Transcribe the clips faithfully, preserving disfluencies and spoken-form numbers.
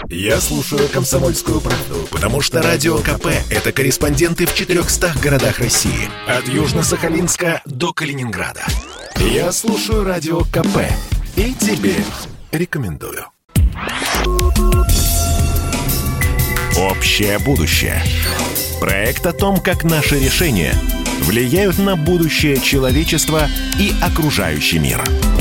Я слушаю «Комсомольскую правду», потому что Радио КП – это корреспонденты в четырехстах городах России. От Южно-Сахалинска до Калининграда. Я слушаю Радио КП и тебе рекомендую. Общее будущее. Проект о том, как наши решения влияют на будущее человечества и окружающий мир.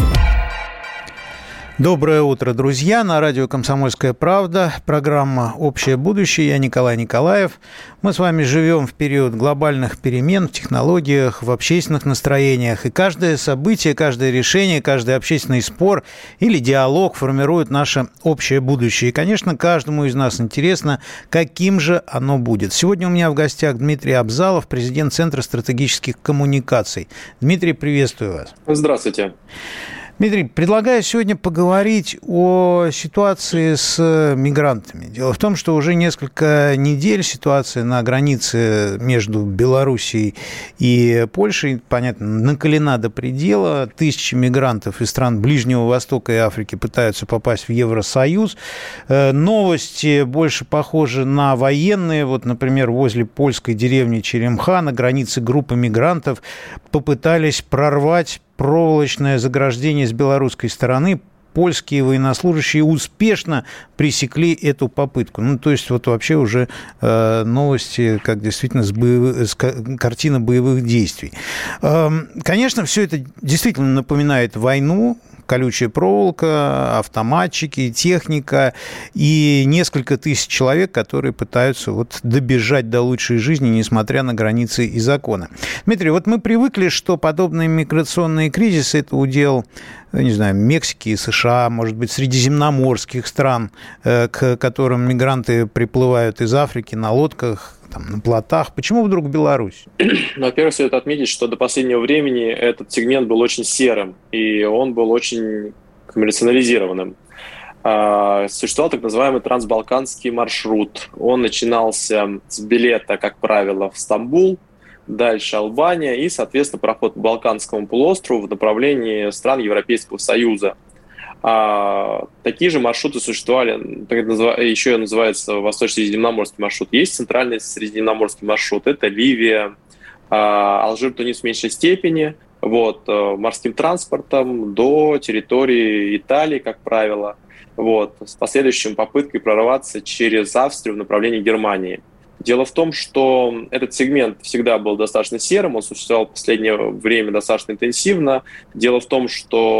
Доброе утро, друзья. На радио «Комсомольская правда». Программа «Общее будущее». Я Николай Николаев. Мы с вами живем в период глобальных перемен в технологиях, в общественных настроениях. И каждое событие, каждое решение, каждый общественный спор или диалог формирует наше общее будущее. И, конечно, каждому из нас интересно, каким же оно будет. Сегодня у меня в гостях Дмитрий Абзалов, президент Центра стратегических коммуникаций. Дмитрий, приветствую вас. Здравствуйте. Дмитрий, предлагаю сегодня поговорить о ситуации с мигрантами. Дело в том, что уже несколько недель ситуация на границе между Белоруссией и Польшей, понятно, накалена до предела. Тысячи мигрантов из стран Ближнего Востока и Африки пытаются попасть в Евросоюз. Новости больше похожи на военные. Вот, например, возле польской деревни Черемха на границе группы мигрантов попытались прорвать проволочное заграждение с белорусской стороны. Польские военнослужащие успешно пресекли эту попытку. Ну, то есть, вот вообще уже э, новости, как действительно с боевых, с картина боевых действий. Э, конечно, все это действительно напоминает войну. Колючая проволока, автоматчики, техника и несколько тысяч человек, которые пытаются вот добежать до лучшей жизни, несмотря на границы и законы. Дмитрий, вот мы привыкли, что подобные миграционные кризисы – это удел, не знаю, Мексики и США, может быть, средиземноморских стран, к которым мигранты приплывают из Африки на лодках, там, на плотах. Почему вдруг Беларусь? Во-первых, стоит отметить, что до последнего времени этот сегмент был очень серым, и он был очень коммерциализированным. Существовал так называемый трансбалканский маршрут. Он начинался с билета, как правило, в Стамбул, дальше Албания и, соответственно, проход по Балканскому полуострову в направлении стран Европейского Союза. А, такие же маршруты существовали, еще называется Восточно-Средиземноморский маршрут. Есть центральный Средиземноморский маршрут, это Ливия, а, Алжир, Тунис в меньшей степени, вот, морским транспортом до территории Италии, как правило, вот, с последующей попыткой прорваться через Австрию в направлении Германии. Дело в том, что этот сегмент всегда был достаточно серым, он существовал в последнее время достаточно интенсивно. Дело в том,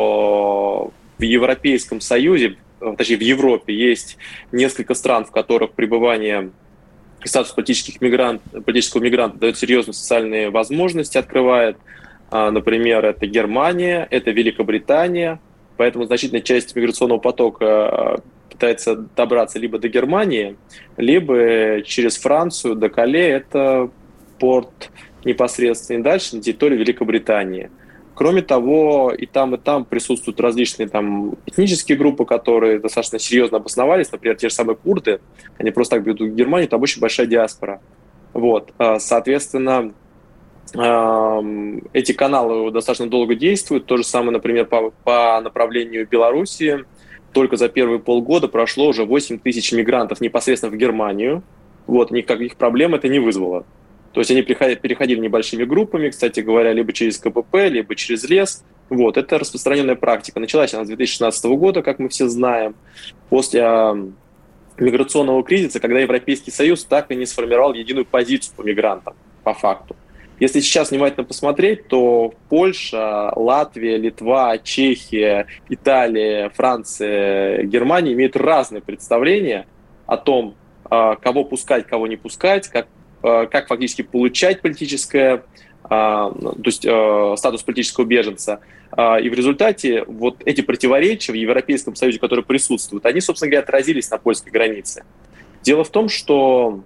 что в Европейском Союзе, точнее в Европе, есть несколько стран, в которых пребывание и статус политических мигрант, политического мигранта дает серьезные социальные возможности, открывает. Например, это Германия, это Великобритания. Поэтому значительная часть миграционного потока пытается добраться либо до Германии, либо через Францию до Кале, это порт непосредственно, и дальше на территории Великобритании. Кроме того, и там, и там присутствуют различные там этнические группы, которые достаточно серьезно обосновались. Например, те же самые курды, они просто так бегут в Германию, там очень большая диаспора. Вот. Соответственно, эти каналы достаточно долго действуют. То же самое, например, по, по направлению Белоруссии. Только за первые полгода прошло уже восемь тысяч мигрантов непосредственно в Германию. Вот. Никаких проблем это не вызвало. То есть они переходили небольшими группами, кстати говоря, либо через КПП, либо через лес. Вот. Это распространенная практика. Началась она с две тысячи шестнадцатого года, как мы все знаем, после миграционного кризиса, когда Европейский Союз так и не сформировал единую позицию по мигрантам, по факту. Если сейчас внимательно посмотреть, то Польша, Латвия, Литва, Чехия, Италия, Франция, Германия имеют разные представления о том, кого пускать, кого не пускать, как как фактически получать политическое, то есть статус политического беженца. И в результате вот эти противоречия в Европейском Союзе, которые присутствуют, они, собственно говоря, отразились на польской границе. Дело в том, что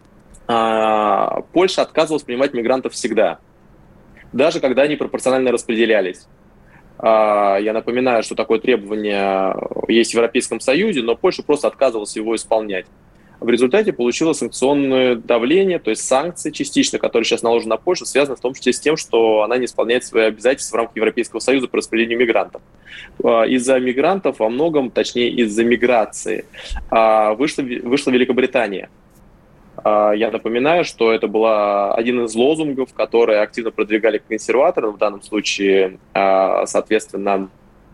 Польша отказывалась принимать мигрантов всегда, даже когда они пропорционально распределялись. Я напоминаю, что такое требование есть в Европейском Союзе, но Польша просто отказывалась его исполнять. в результате получила санкционное давление, то есть санкции частично, которые сейчас наложены на Польшу, связаны в том числе с тем, что она не исполняет свои обязательства в рамках Европейского Союза по распределению мигрантов. Из-за мигрантов во многом, точнее из-за миграции, вышла, вышла Великобритания. Я напоминаю, что это был один из лозунгов, которые активно продвигали консерваторы, в данном случае, соответственно,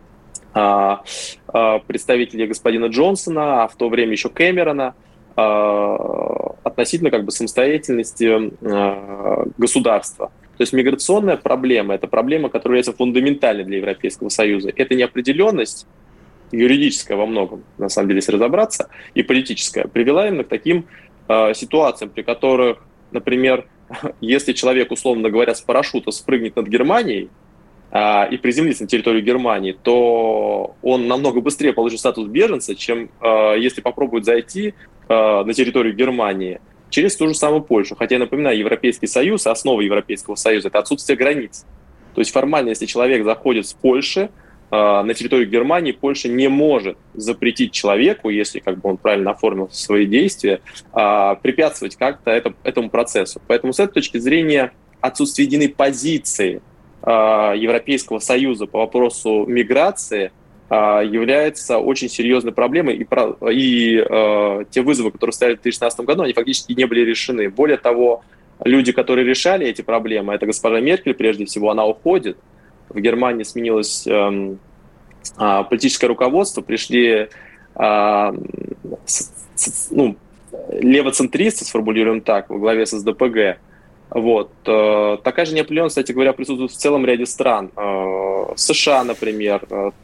представители господина Джонсона, а в то время еще Кэмерона, относительно как бы самостоятельности государства. То есть миграционная проблема – это проблема, которая является фундаментальной для Европейского Союза. Это неопределенность юридическая во многом, на самом деле, если разобраться, и политическая, привела именно к таким э, ситуациям, при которых, например, если человек, условно говоря, с парашюта спрыгнет над Германией э, и приземлится на территорию Германии, то он намного быстрее получит статус беженца, чем э, если попробует зайти э, на территорию Германии через ту же самую Польшу. Хотя, я напоминаю, Европейский Союз, основа Европейского Союза – это отсутствие границ. То есть формально, если человек заходит с Польши э, на территорию Германии, Польша не может запретить человеку, если как бы он правильно оформил свои действия, э, препятствовать как-то это, этому процессу. Поэтому с этой точки зрения отсутствие единой позиции э, Европейского Союза по вопросу миграции является очень серьезной проблемой, и, и э, те вызовы, которые стояли в две тысячи шестнадцатом году, они фактически не были решены. Более того, люди, которые решали эти проблемы, это госпожа Меркель, прежде всего, она уходит. В Германии сменилось э, э, политическое руководство, пришли э, с, с, ну, левоцентристы, сформулируем так, во главе с эс дэ пэ гэ. Вот. Э, такая же неопределенность, кстати говоря, присутствует в целом ряде стран. Э, США, например.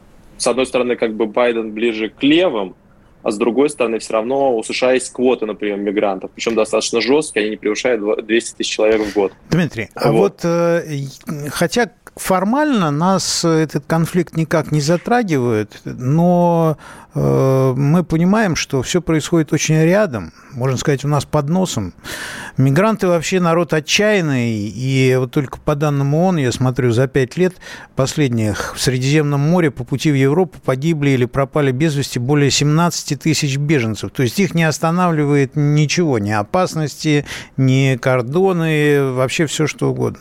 С одной стороны, как бы Байден ближе к левым, а с другой стороны, все равно у США есть квоты на прием мигрантов, причем достаточно жесткие, они не превышают двести тысяч человек в год. Дмитрий, а вот, вот хотя формально нас этот конфликт никак не затрагивает, но э, мы понимаем, что все происходит очень рядом, можно сказать, у нас под носом. Мигранты вообще народ отчаянный, и вот только по данным ООН, я смотрю, за пять лет последних в Средиземном море по пути в Европу погибли или пропали без вести более семнадцать тысяч беженцев. То есть их не останавливает ничего, ни опасности, ни кордоны, вообще все что угодно.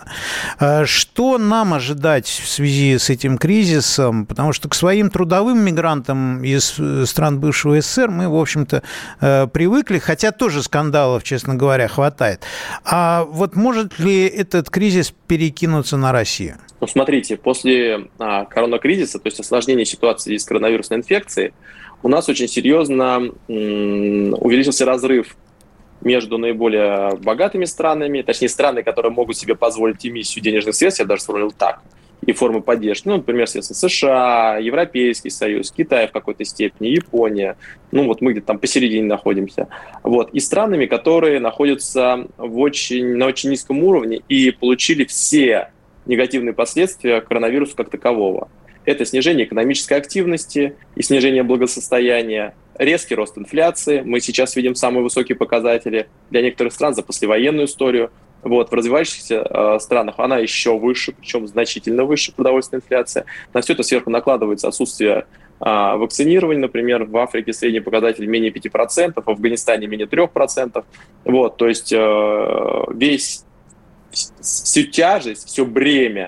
Что нам ожидать в связи с этим кризисом? Потому что к своим трудовым мигрантам из стран бывшего эс эс эс эр мы, в общем-то, привыкли, хотя тоже скандалов, честно говоря, хватает. А вот может ли этот кризис перекинуться на Россию? Ну, смотрите, после а, коронакризиса, то есть осложнения ситуации с коронавирусной инфекцией, у нас очень серьезно м- увеличился разрыв между наиболее богатыми странами, точнее, страны, которые могут себе позволить эмиссию денежных средств, я даже сформулировал так, и формы поддержки, ну, например, США, Европейский Союз, Китай в какой-то степени, Япония, ну, вот мы где-то там посередине находимся, вот, и странами, которые находятся в очень, на очень низком уровне и получили все негативные последствия коронавируса как такового. Это снижение экономической активности и снижение благосостояния, резкий рост инфляции, мы сейчас видим самые высокие показатели для некоторых стран за послевоенную историю. Вот, в развивающихся э, странах она еще выше, причем значительно выше продовольственная инфляция. На все это сверху накладывается отсутствие э, вакцинирования. Например, в Африке средний показатель менее пяти процентов, в Афганистане менее трех процентов. Вот, то есть э, весь, всю тяжесть, все бремя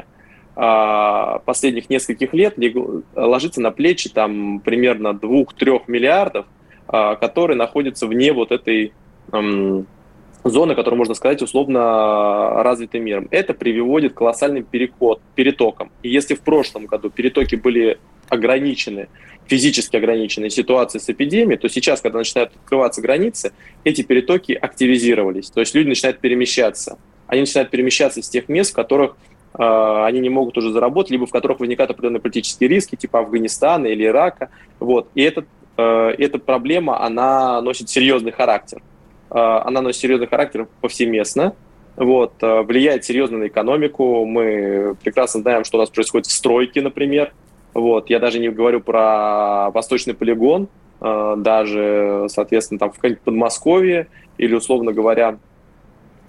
э, последних нескольких лет ложится на плечи там, примерно двух-трех миллиардов, э, которые находятся вне вот этой... Э, зоны, которую можно сказать условно развитым миром. Это приводит к колоссальным перекот, перетокам. И если в прошлом году перетоки были ограничены, физически ограничены ситуацией с эпидемией, то сейчас, когда начинают открываться границы, эти перетоки активизировались. То есть люди начинают перемещаться. Они начинают перемещаться из тех мест, в которых э, они не могут уже заработать, либо в которых возникают определенные политические риски, типа Афганистана или Ирака. Вот. И этот, э, эта проблема, она носит серьезный характер. Она носит серьезный характер повсеместно, вот, влияет серьезно на экономику. Мы прекрасно знаем, что у нас происходит в стройке, например. Вот, я даже не говорю про Восточный полигон, даже, соответственно, там в Подмосковье или, условно говоря,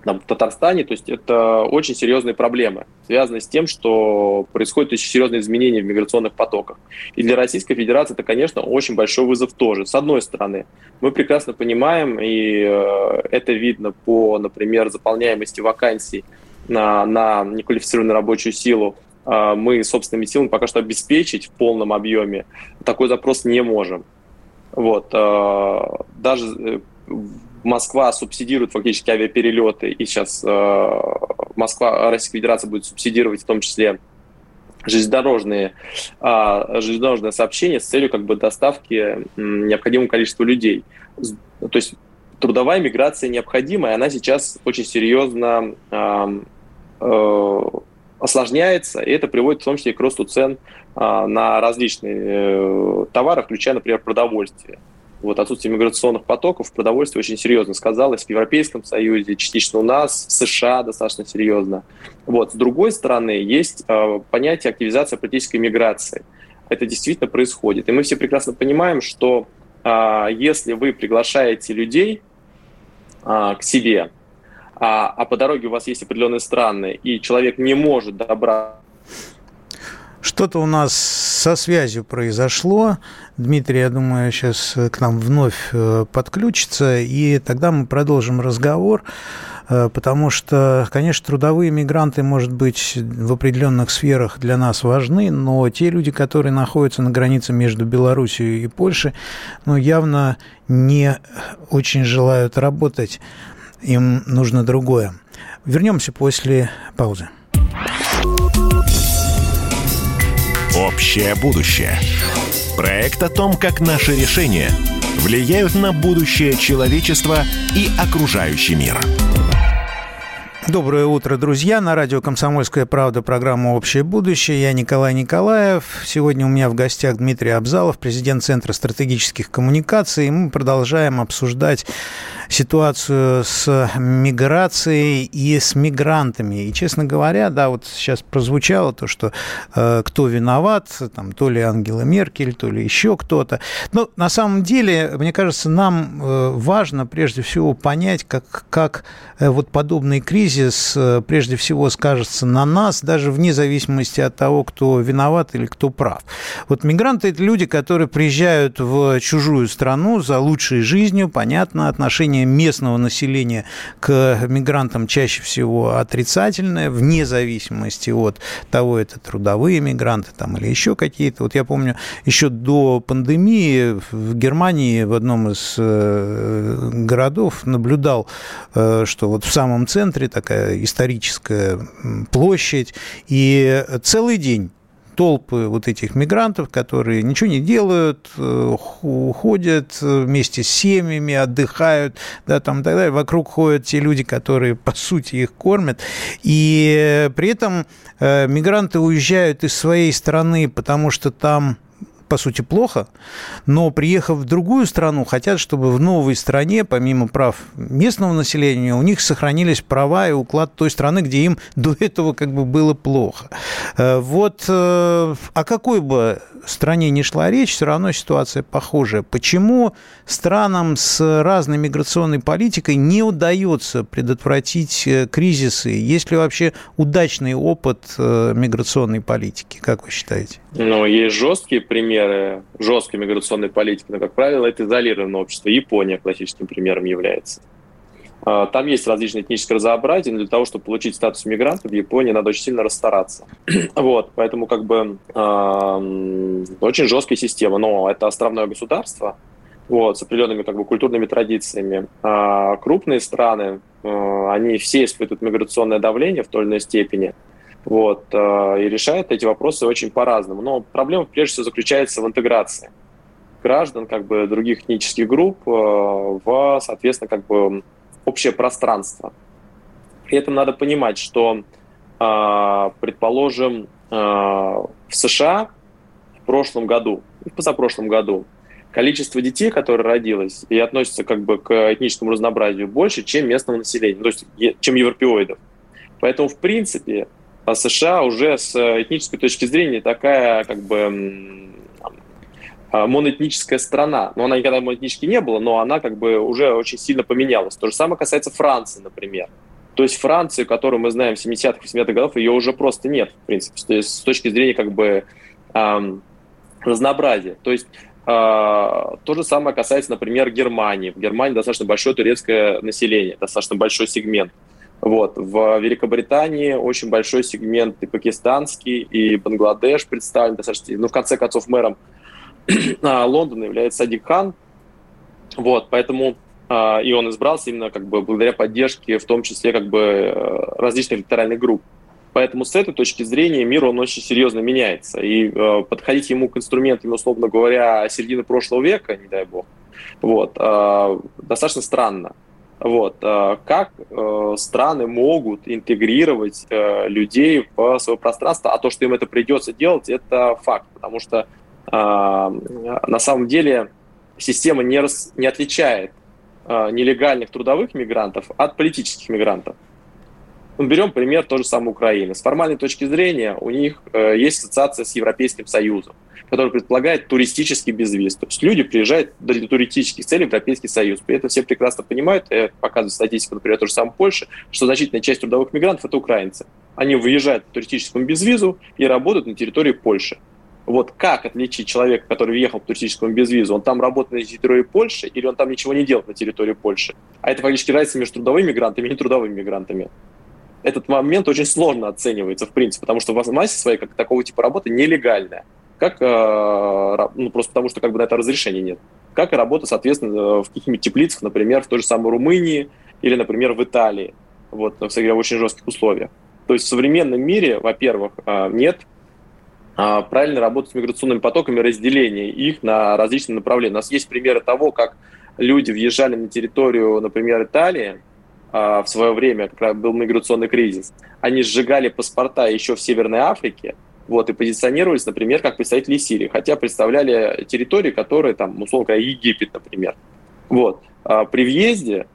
в Татарстане, то есть это очень серьезные проблемы, связанные с тем, что происходят очень серьезные изменения в миграционных потоках. И для Российской Федерации это, конечно, очень большой вызов тоже. С одной стороны, мы прекрасно понимаем, и это видно по, например, заполняемости вакансий на, на неквалифицированную рабочую силу, мы собственными силами пока что обеспечить в полном объеме такой запрос не можем. Вот. Даже Москва субсидирует фактически авиаперелеты, и сейчас э, Москва, Российская Федерация будет субсидировать в том числе железнодорожные, э, железнодорожные сообщения с целью как бы доставки э, необходимого количества людей. То есть трудовая миграция необходима, и она сейчас очень серьезно э, э, осложняется, и это приводит в том числе к росту цен э, на различные э, товары, включая, например, продовольствие. Вот, отсутствие миграционных потоков в продовольствии очень серьезно сказалось в Европейском Союзе, частично у нас, в США достаточно серьезно. Вот. С другой стороны, есть э, понятие активизации политической миграции. Это действительно происходит. И мы все прекрасно понимаем, что э, если вы приглашаете людей э, к себе, а, а по дороге у вас есть определенные страны, и человек не может добраться. Что-то у нас со связью произошло. Дмитрий, я думаю, сейчас к нам вновь подключится, и тогда мы продолжим разговор, потому что, конечно, трудовые мигранты, может быть, в определенных сферах для нас важны, но те люди, которые находятся на границе между Белоруссией и Польшей, ну, явно не очень желают работать, им нужно другое. Вернемся после паузы. Общее будущее. Проект о том, как наши решения влияют на будущее человечества и окружающий мир. Доброе утро, друзья. На радио «Комсомольская правда» программа «Общее будущее». Я Николай Николаев. Сегодня у меня в гостях Дмитрий Абзалов, президент Центра стратегических коммуникаций. И мы продолжаем обсуждать ситуацию с миграцией и с мигрантами. И, честно говоря, да, вот сейчас прозвучало то, что э, кто виноват, там, то ли Ангела Меркель, то ли еще кто-то. Но на самом деле, мне кажется, нам э, важно прежде всего понять, как, как э, вот подобный кризис прежде всего скажется на нас, даже вне зависимости от того, кто виноват или кто прав. Вот мигранты – это люди, которые приезжают в чужую страну за лучшей жизнью. Понятно, отношение местного населения к мигрантам чаще всего отрицательное, вне зависимости от того, это трудовые мигранты там, или еще какие-то. Вот я помню, еще до пандемии в Германии в одном из городов наблюдал, что вот в самом центре такая историческая площадь, и целый день толпы вот этих мигрантов, которые ничего не делают, ходят вместе с семьями, отдыхают, да, там, и так далее. Вокруг ходят те люди, которые, по сути, их кормят. И при этом мигранты уезжают из своей страны, потому что там, по сути, плохо, но, приехав в другую страну, хотят, чтобы в новой стране, помимо прав местного населения, у них сохранились права и уклад той страны, где им до этого как бы было плохо. Вот о какой бы стране ни шла речь, все равно ситуация похожая. Почему странам с разной миграционной политикой не удается предотвратить кризисы? Есть ли вообще удачный опыт миграционной политики? Как вы считаете? Ну, есть жесткие примеры жесткой миграционной политики, но, как правило, это изолированное общество. Япония классическим примером является. Там есть различные этнические разнообразия, но для того, чтобы получить статус мигранта в Японии, надо очень сильно расстараться. Вот, поэтому как бы э, очень жесткая система, но это островное государство, вот, с определенными как бы культурными традициями. А крупные страны, э, они все испытывают миграционное давление в той или иной степени, вот, э, и решают эти вопросы очень по-разному. Но проблема прежде всего заключается в интеграции граждан как бы других этнических групп э, в, соответственно, как бы общее пространство. При этом надо понимать, что, предположим, в США в прошлом году, в позапрошлом году, количество детей, которые родилось и относятся как бы к этническому разнообразию, больше, чем местного населения, то есть чем европеоидов. Поэтому, в принципе, США уже с этнической точки зрения такая как бы моноэтническая страна. Но она никогда моноэтнической не была, но она как бы уже очень сильно поменялась. То же самое касается Франции, например. То есть Франции, которую мы знаем в семидесятых, восьмидесятых годах, ее уже просто нет, в принципе, то есть с точки зрения как бы эм, разнообразия. То есть э, то же самое касается, например, Германии. В Германии достаточно большое турецкое население, достаточно большой сегмент. Вот. В Великобритании очень большой сегмент и пакистанский, и Бангладеш представлен достаточно. Ну, в конце концов, мэром Лондона является Садик Хан. Вот, поэтому э, и он избрался именно как бы благодаря поддержке, в том числе как бы э, различных электоральных групп. Поэтому с этой точки зрения мир, он очень серьезно меняется. И э, подходить ему к инструментам, условно говоря, середины прошлого века, не дай бог, вот, э, достаточно странно. Вот, э, как э, страны могут интегрировать э, людей в свое пространство, а то, что им это придется делать, это факт. Потому что э, на самом деле система не, рас, не отличает э, нелегальных трудовых мигрантов от политических мигрантов. Ну, берем пример той же самой Украины. С формальной точки зрения у них э, есть ассоциация с Европейским Союзом, которая предполагает туристический безвиз. То есть люди приезжают для туристических целей в Европейский Союз. При этом все прекрасно понимают, я показываю статистику, например, той же самой Польши, что значительная часть трудовых мигрантов – это украинцы. Они выезжают по туристическому безвизу и работают на территории Польши. Вот как отличить человека, который въехал по туристическому безвизу? Он там работает на территории Польши или он там ничего не делает на территории Польши? А это фактически разница между трудовыми мигрантами и нетрудовыми мигрантами. Этот момент очень сложно оценивается, в принципе, потому что в массе своей как такого типа работа нелегальная. Как, ну, просто потому что как бы на это разрешения нет. Как и работа, соответственно, в каких-нибудь теплицах, например, в той же самой Румынии или, например, в Италии. Вот, кстати говоря, в очень жестких условиях. То есть в современном мире, во-первых, нет правильно работать с миграционными потоками, разделения их на различные направления. У нас есть примеры того, как люди въезжали на территорию, например, Италии, в свое время, когда был миграционный кризис, они сжигали паспорта еще в Северной Африке, вот, и позиционировались, например, как представители Сирии, хотя представляли территории, которые, там, условно говоря, Египет, например. Вот. При въезде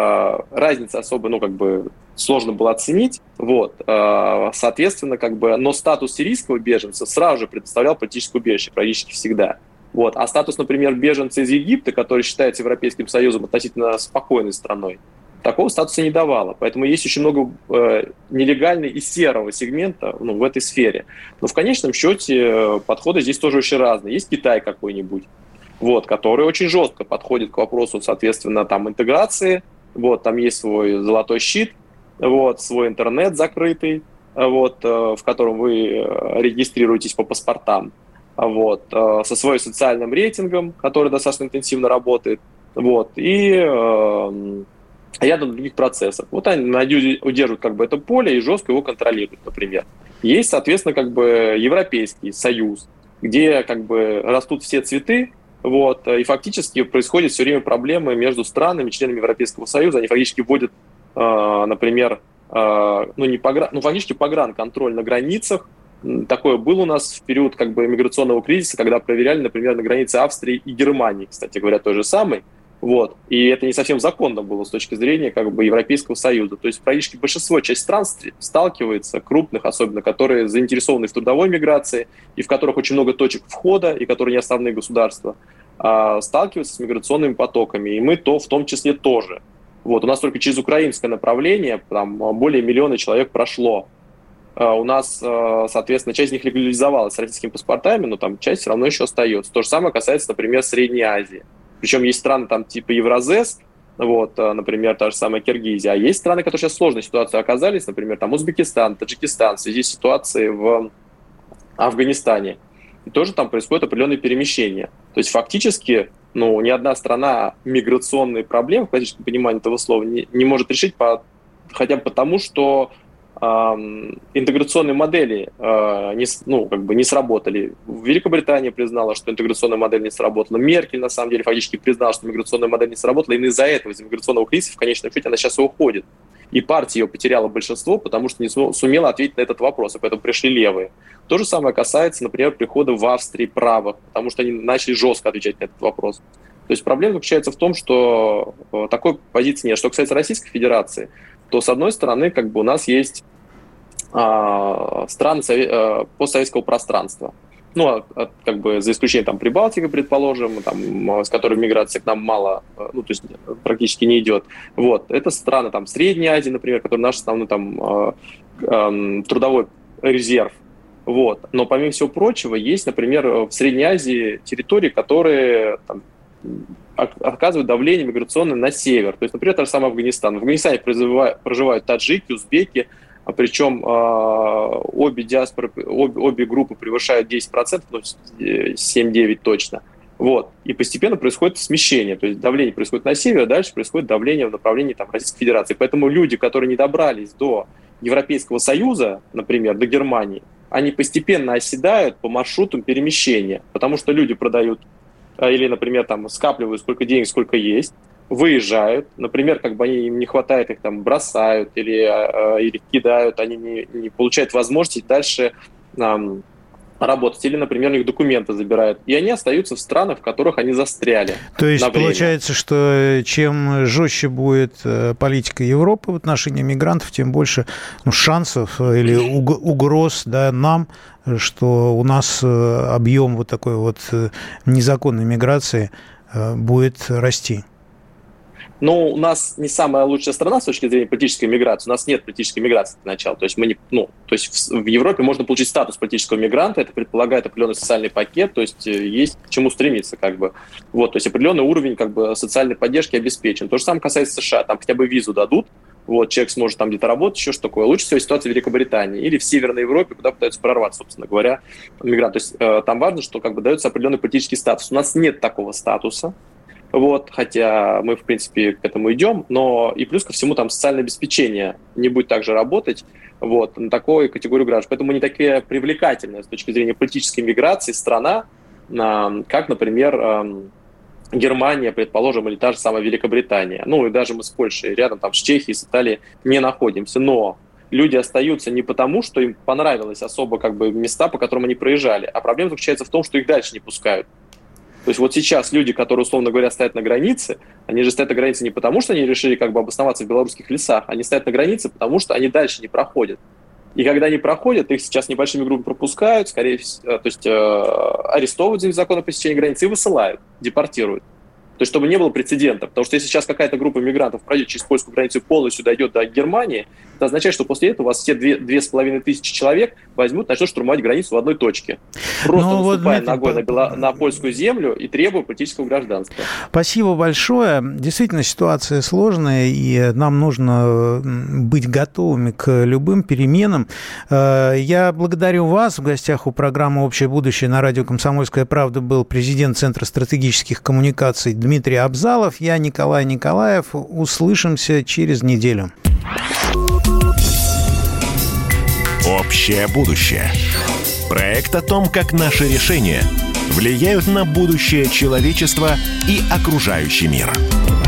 разница особо, ну, как бы, сложно было оценить, вот, соответственно, как бы, но статус сирийского беженца сразу же предоставлял политическое убежище, практически всегда. Вот. А статус, например, беженца из Египта, который считается Европейским Союзом относительно спокойной страной, такого статуса не давало. Поэтому есть очень много э, нелегального и серого сегмента, ну, в этой сфере. Но в конечном счете э, подходы здесь тоже очень разные. Есть Китай какой-нибудь, вот, который очень жестко подходит к вопросу, соответственно, там, интеграции. Вот, там есть свой золотой щит, вот, свой интернет закрытый, вот, э, в котором вы регистрируетесь по паспортам, вот, э, со своим социальным рейтингом, который достаточно интенсивно работает. Вот, и... Э, рядом других процессов. Вот они удерживают как бы это поле и жестко его контролируют, например. Есть, соответственно, как бы Европейский Союз, где как бы растут все цветы, вот, и фактически происходят все время проблемы между странами, членами Европейского Союза. Они фактически вводят, э, например, э, ну, не погран, ну, фактически погранконтроль на границах. Такое было у нас в период как бы миграционного кризиса, когда проверяли, например, на границе Австрии и Германии, кстати говоря, той же самой. Вот. И это не совсем законно было с точки зрения как бы Европейского Союза. То есть практически большинство, часть стран сталкивается, крупных особенно, которые заинтересованы в трудовой миграции, и в которых очень много точек входа, и которые не основные государства, а, сталкиваются с миграционными потоками. И мы то в том числе тоже. Вот. У нас только через украинское направление там, более миллиона человек прошло. А, у нас, соответственно, часть из них легализовалась с российскими паспортами, но там часть все равно еще остается. То же самое касается, например, Средней Азии. Причем есть страны там типа Евразес, вот, например, та же самая Киргизия, а есть страны, которые сейчас в сложной ситуации оказались, например, там Узбекистан, Таджикистан, в связи с ситуацией в Афганистане. И тоже там происходят определенные перемещения. То есть фактически, ну, ни одна страна миграционные проблемы, в классическом понимании этого слова, не, не может решить по, хотя бы потому, что интеграционные модели э, не, ну, как бы не сработали. Великобритания признала, что интеграционная модель не сработала. Меркель, на самом деле, фактически признала, что миграционная модель не сработала. Именно из-за этого, из-за миграционного кризиса, в конечном счете, она сейчас и уходит. И партия ее потеряла большинство, потому что не сумела ответить на этот вопрос, и поэтому пришли левые. То же самое касается, например, прихода в Австрии правых, потому что они начали жестко отвечать на этот вопрос. То есть проблема заключается в том, что такой позиции нет. Что касается Российской Федерации, то, с одной стороны, как бы у нас есть а, страны сове- а, постсоветского пространства. ну, от, как бы за исключением там Прибалтики, предположим, там, с которой миграция к нам мало, ну, то есть практически не идет. Вот. Это страны там Средней Азии, например, которые наш основной там э, э, трудовой резерв. Вот. Но помимо всего прочего, есть, например, в Средней Азии территории, которые там, оказывают давление миграционное на север. То есть, например, тот же самый Афганистан. В Афганистане проживают таджики, узбеки, причем э, обе диаспоры, обе, обе группы превышают десять процентов, ну, семь-девять точно. Вот. И постепенно происходит смещение. То есть давление происходит на север, а дальше происходит давление в направлении там, Российской Федерации. Поэтому люди, которые не добрались до Европейского Союза, например, до Германии, они постепенно оседают по маршрутам перемещения. Потому что люди продают или, например, там, скапливают сколько денег, сколько есть, выезжают, например, как бы они, им не хватает, их там бросают или, э, или кидают, они не, не получают возможности дальше э, работать, или, например, их документы забирают, и они остаются в странах, в которых они застряли. То есть получается, что чем жестче будет политика Европы в отношении мигрантов, тем больше ну, шансов или угроз, да, нам, что у нас объем вот такой вот незаконной миграции будет расти. Ну, у нас не самая лучшая страна с точки зрения политической миграции. У нас нет политической миграции для начала. То есть, мы не, ну, то есть в, в Европе можно получить статус политического мигранта. Это предполагает определенный социальный пакет. То есть есть к чему стремиться. Как бы. Вот, то есть определенный уровень как бы, социальной поддержки обеспечен. То же самое касается США. Там хотя бы визу дадут. Вот, человек сможет там где-то работать, еще что такое. Лучше всего ситуация в Великобритании или в Северной Европе, куда пытаются прорваться, собственно говоря, мигранты. То есть э, там важно, что как бы, дается определенный политический статус. У нас нет такого статуса. Вот, хотя мы, в принципе, к этому идем, но и плюс ко всему там социальное обеспечение не будет также работать вот, на такой категорию граждан. Поэтому не такая привлекательная с точки зрения политической миграции страна, как, например, Германия, предположим, или та же самая Великобритания. Ну и даже мы с Польшей рядом, там, с Чехией, с Италией не находимся. Но люди остаются не потому, что им понравилось особо как бы, места, по которым они проезжали, а проблема заключается в том, что их дальше не пускают. То есть вот сейчас люди, которые, условно говоря, стоят на границе, они же стоят на границе не потому, что они решили как бы обосноваться в белорусских лесах, они стоят на границе, потому что они дальше не проходят. И когда они проходят, их сейчас небольшими группами пропускают, скорее всего, то есть э, арестовывают за незаконное посещение границы и высылают, депортируют. То есть чтобы не было прецедента. Потому что если сейчас какая-то группа мигрантов пройдет через польскую границу и полностью дойдет до Германии, это означает, что после этого у вас все две, две с половиной тысячи человек возьмут, начнут штурмовать границу в одной точке. Просто ну, наступая вот, ногой на, Бело... на польскую землю и требуя политического гражданства. Спасибо большое. Действительно, ситуация сложная, и нам нужно быть готовыми к любым переменам. Я благодарю вас. В гостях у программы «Общее будущее» на радио «Комсомольская правда» был президент Центра стратегических коммуникаций Дмитрий Абзалов. Я Николай Николаев. Услышимся через неделю. «Общее будущее». Проект о том, как наши решения влияют на будущее человечества и окружающий мир.